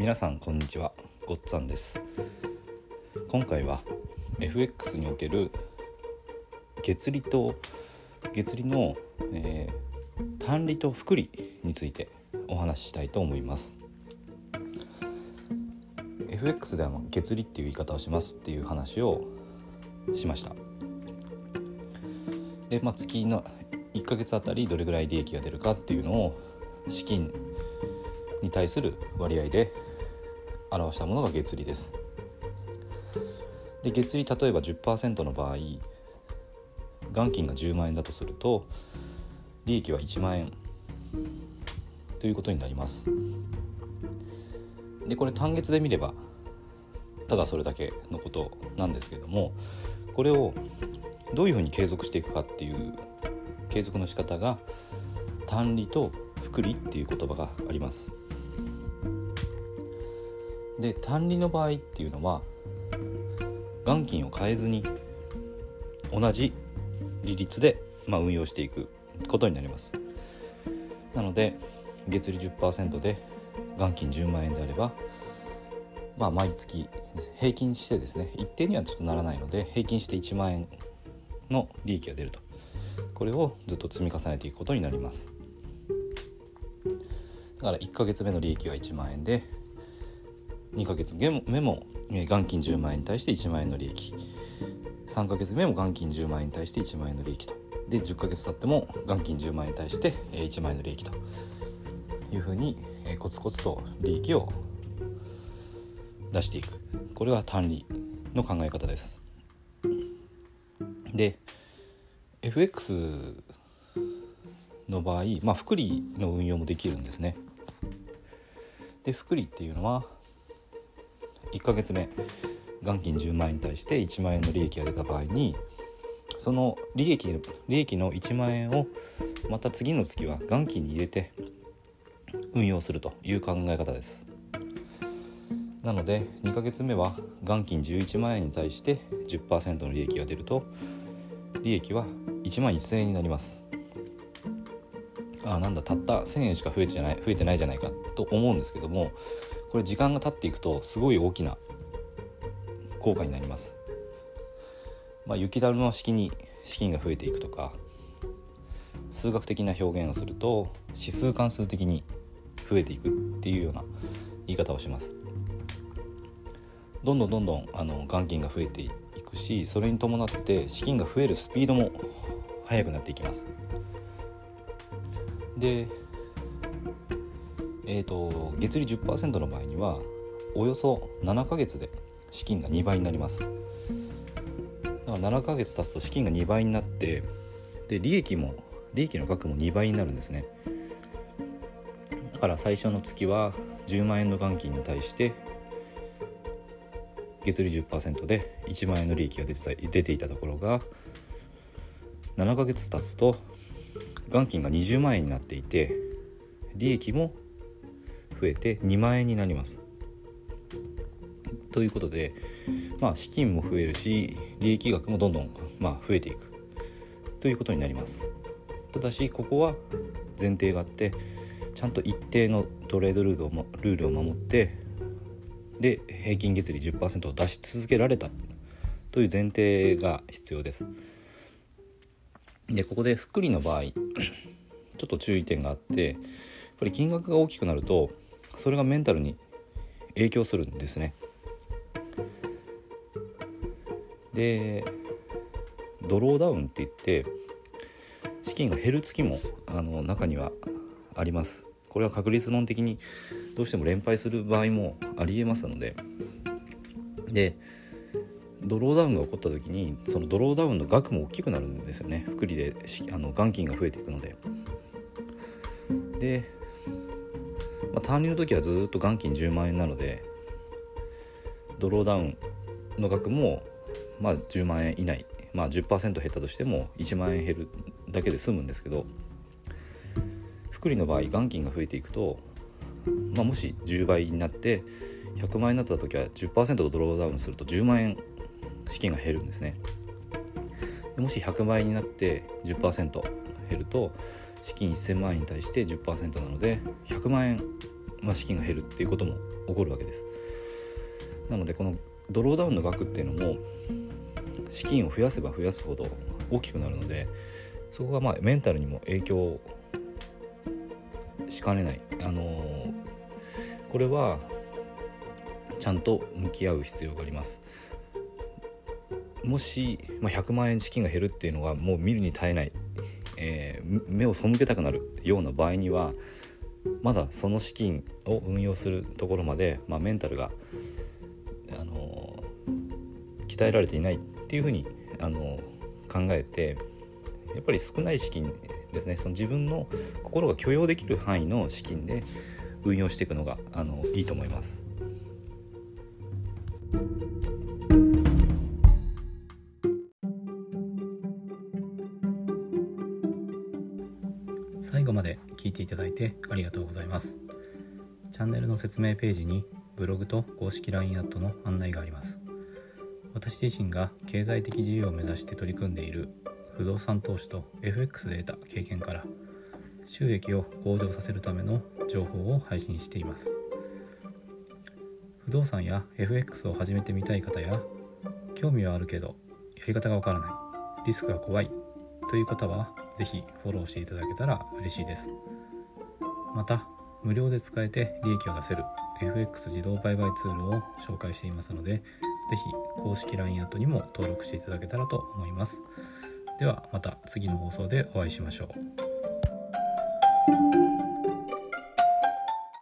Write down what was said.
皆さんこんにちは、ごっつぁんです。今回は FX における月利の、単利と複利についてお話ししたいと思います。 FX では月利っていう言い方をしますっていう話をしました。で、月の1ヶ月あたりどれぐらい利益が出るかっていうのを資金に対する割合で表したものが月利です。で、月利例えば 10% の場合、元金が10万円だとすると利益は1万円ということになります。で、これ単月で見ればただそれだけのことなんですけれども、これをどういうふうに継続していくかっていう継続の仕方が単利と複利っていう言葉があります。で、単利の場合っていうのは元金を変えずに同じ利率で運用していくことになります。なので月利 10% で元金10万円であれば、毎月平均してですね、一定にはちょっとならないので平均して1万円の利益が出ると、これをずっと積み重ねていくことになります。だから1ヶ月目の利益は1万円で、2ヶ月目も元金10万円に対して1万円の利益、3ヶ月目も元金10万円に対して1万円の利益と、で10ヶ月経っても元金10万円に対して1万円の利益というふうにコツコツと利益を出していく、これは単利の考え方です。で、 FX の場合、複利の運用もできるんですね。で、複利っていうのは1ヶ月目元金10万円に対して1万円の利益が出た場合に、その利益の1万円をまた次の月は元金に入れて運用するという考え方です。なので2ヶ月目は元金11万円に対して 10% の利益が出ると利益は1万1000円になります。なんだ、たった1000円しか増えてないじゃないかと思うんですけども、これ時間が経っていくとすごい大きな効果になります。雪だるま式に資金が増えていくとか、数学的な表現をすると指数関数的に増えていくっていうような言い方をします。どんどん元金が増えていくし、それに伴って資金が増えるスピードも速くなっていきます。で、月利 10% の場合にはおよそ7ヶ月で資金が2倍になります。だから7ヶ月経つと資金が2倍になって、で利益の額も2倍になるんですね。だから最初の月は10万円の元金に対して月利 10% で1万円の利益が出ていたところが、7ヶ月経つと元金が20万円になっていて利益も増えて2万円になります。ということで、資金も増えるし利益額もどんどん増えていくということになります。ただしここは前提があって、ちゃんと一定のトレードルールを守って、で平均月利 10% を出し続けられたという前提が必要です。で、ここで複利の場合ちょっと注意点があって、やっぱり金額が大きくなるとそれがメンタルに影響するんですね。で、ドローダウンって言って資金が減る月も中にはあります。これは確率論的にどうしても連敗する場合もありえますので、ドローダウンが起こった時にそのドローダウンの額も大きくなるんですよね。複利で元金が増えていくので。で、単利の時はずっと元金10万円なのでドローダウンの額も10万円以内、10% 減ったとしても1万円減るだけで済むんですけど、複利の場合元金が増えていくと、もし10倍になって100万円になった時は 10% ドローダウンすると10万円資金が減るんですね。でもし100倍になって 10% 減ると資金1000万円に対して 10% なので100万円、資金が減るっていうことも起こるわけです。なのでこのドローダウンの額っていうのも資金を増やせば増やすほど大きくなるので、そこがメンタルにも影響しかねない。これはちゃんと向き合う必要があります。もし、100万円資金が減るっていうのがもう見るに耐えない、目を背けたくなるような場合には、まだその資金を運用するところまで、メンタルが、鍛えられていないっていうふうに考えて、やっぱり少ない資金ですね、その自分の心が許容できる範囲の資金で運用していくのがいいと思います。最後まで聞いていただいてありがとうございます。チャンネルの説明ページにブログと公式 LINE アットの案内があります。私自身が経済的自由を目指して取り組んでいる不動産投資と FX で得た経験から収益を向上させるための情報を配信しています。不動産や FX を始めてみたい方や、興味はあるけどやり方がわからない、リスクが怖いという方はぜひフォローしていただけたら嬉しいです。また無料で使えて利益を出せる FX 自動売買ツールを紹介していますので、ぜひ公式 LINE アットにも登録していただけたらと思います。ではまた次の放送でお会いしましょう。